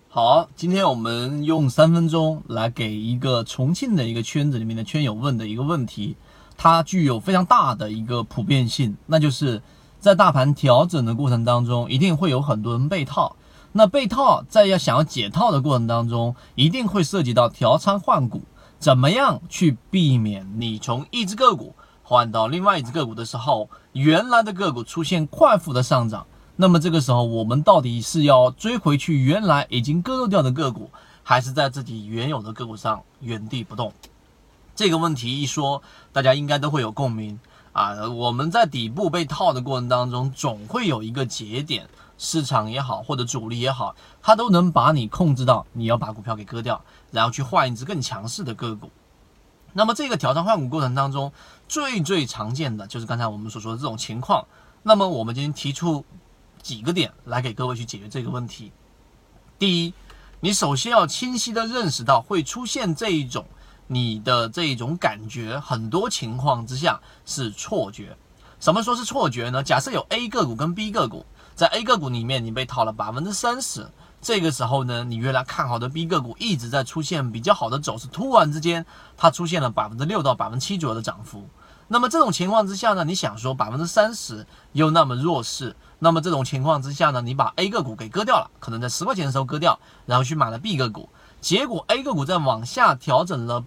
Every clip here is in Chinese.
好，今天我们用3分钟来给一个重庆的一个圈子里面的圈友问的一个问题，它具有非常大的一个普遍性，那就是在大盘调整的过程当中，一定会有很多人被套。那被套在想要解套的过程当中，一定会涉及到调仓换股，怎么样去避免你从一只个股换到另外一只个股的时候，原来的个股出现快速的上涨。那么这个时候，我们到底是要追回去原来已经割肉掉的个股，还是在自己原有的个股上原地不动？这个问题一说，大家应该都会有共鸣啊。我们在底部被套的过程当中，总会有一个节点，市场也好，或者主力也好，它都能把你控制到你要把股票给割掉，然后去换一只更强势的个股。那么这个调仓换股过程当中，最常见的就是刚才我们所说的这种情况。那么我们今天提出几个点来给各位去解决这个问题。第一，你首先要清晰的认识到会出现你的这一种感觉，很多情况之下是错觉。什么说是错觉呢？假设有 A 个股跟 B 个股，在 A 个股里面你被套了 30%， 这个时候呢，你原来看好的 B 个股一直在出现比较好的走势，突然之间它出现了6%到7%左右的涨幅。那么这种情况之下呢，你想说 30% 又那么弱势，那么这种情况之下呢，你把 A 个股给割掉了，可能在10块钱的时候割掉，然后去买了 B 个股，结果 A 个股在往下调整了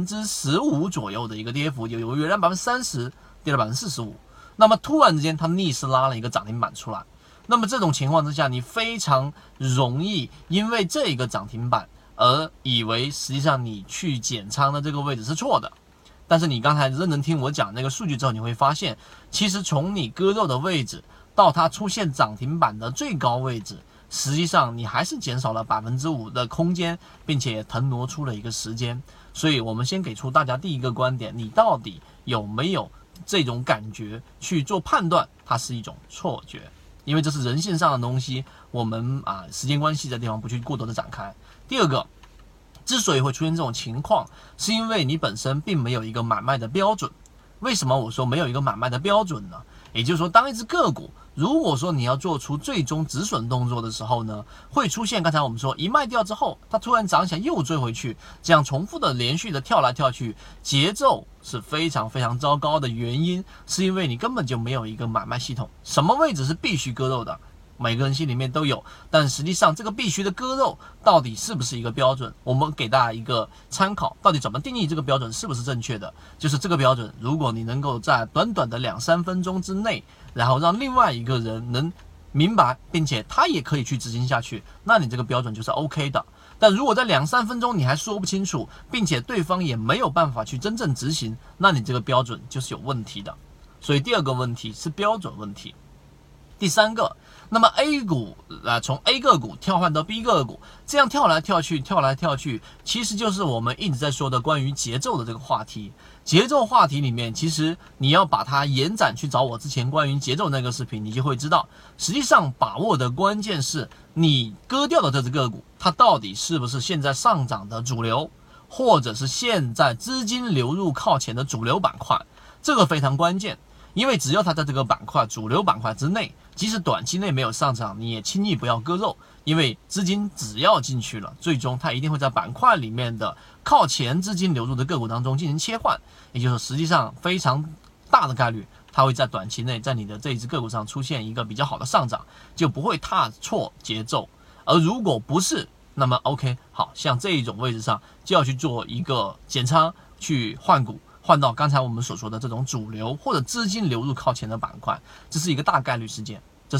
15%左右的一个跌幅，有原来30%跌了45%，那么突然之间它逆势拉了一个涨停板出来。那么这种情况之下，你非常容易因为这个涨停板而以为实际上你去减仓的这个位置是错的。但是你刚才认真听我讲那个数据之后，你会发现，其实从你割肉的位置到它出现涨停板的最高位置，实际上你还是减少了5%的空间，并且腾挪出了一个时间。所以我们先给出大家第一个观点，你到底有没有这种感觉去做判断，它是一种错觉，因为这是人性上的东西，我们时间关系的地方不去过多的展开。第二个，之所以会出现这种情况，是因为你本身并没有一个买卖的标准。为什么我说没有一个买卖的标准呢？也就是说，当一只个股如果说你要做出最终止损动作的时候呢，会出现刚才我们说一卖掉之后，它突然涨起来又追回去，这样重复的连续的跳来跳去，节奏是非常糟糕的原因，是因为你根本就没有一个买卖系统，什么位置是必须割肉的，每个人心里面都有，但实际上这个必须的割肉到底是不是一个标准？我们给大家一个参考，到底怎么定义这个标准是不是正确的？就是这个标准，如果你能够在短短的2-3分钟之内，然后让另外一个人能明白，并且他也可以去执行下去，那你这个标准就是 OK 的。但如果在2-3分钟你还说不清楚，并且对方也没有办法去真正执行，那你这个标准就是有问题的。所以第二个问题是标准问题。第三个，那么 A 股从 A 个股跳换到 B 个股，这样跳来跳去，其实就是我们一直在说的关于节奏的这个话题。节奏话题里面，其实你要把它延展去找我之前关于节奏那个视频，你就会知道，实际上把握的关键是你割掉的这只个股，它到底是不是现在上涨的主流，或者是现在资金流入靠前的主流板块，这个非常关键。因为只要它在这个板块主流板块之内，即使短期内没有上涨，你也轻易不要割肉，因为资金只要进去了，最终它一定会在板块里面的靠前资金流入的个股当中进行切换，也就是实际上非常大的概率，它会在短期内在你的这一只个股上出现一个比较好的上涨，就不会踏错节奏。而如果不是，那么 OK， 好，像这一种位置上就要去做一个减仓，去换股，换到刚才我们所说的这种主流或者资金流入靠前的板块，这是一个大概率事件，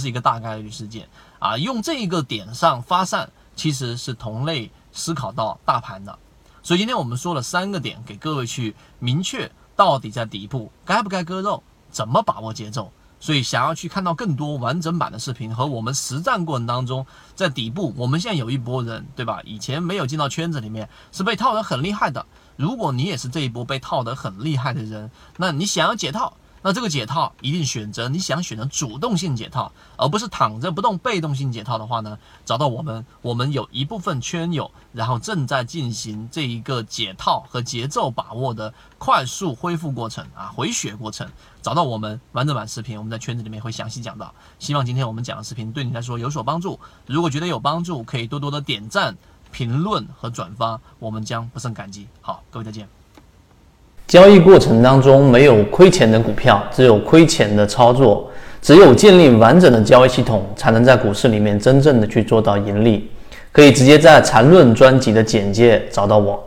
用这一个点上发散，其实是同类思考到大盘的。所以今天我们说了3个点，给各位去明确到底在底部该不该割肉，怎么把握节奏。所以想要去看到更多完整版的视频和我们实战过程当中，在底部我们现在有一波人，对吧？以前没有进到圈子里面，是被套得很厉害的。如果你也是这一波被套得很厉害的人，那你想要解套， 那这个解套一定选择你想选择主动性解套，而不是躺着不动被动性解套的话呢，找到我们有一部分圈友，然后正在进行这一个解套和节奏把握的快速恢复过程啊，回血过程。找到我们完整版视频，我们在圈子里面会详细讲到。希望今天我们讲的视频对你来说有所帮助。如果觉得有帮助，可以多多的点赞、评论和转发，我们将不胜感激。好，各位再见。 交易过程当中没有亏钱的股票，只有亏钱的操作。只有建立完整的交易系统，才能在股市里面真正的去做到盈利。可以直接在缠论专辑的简介找到我。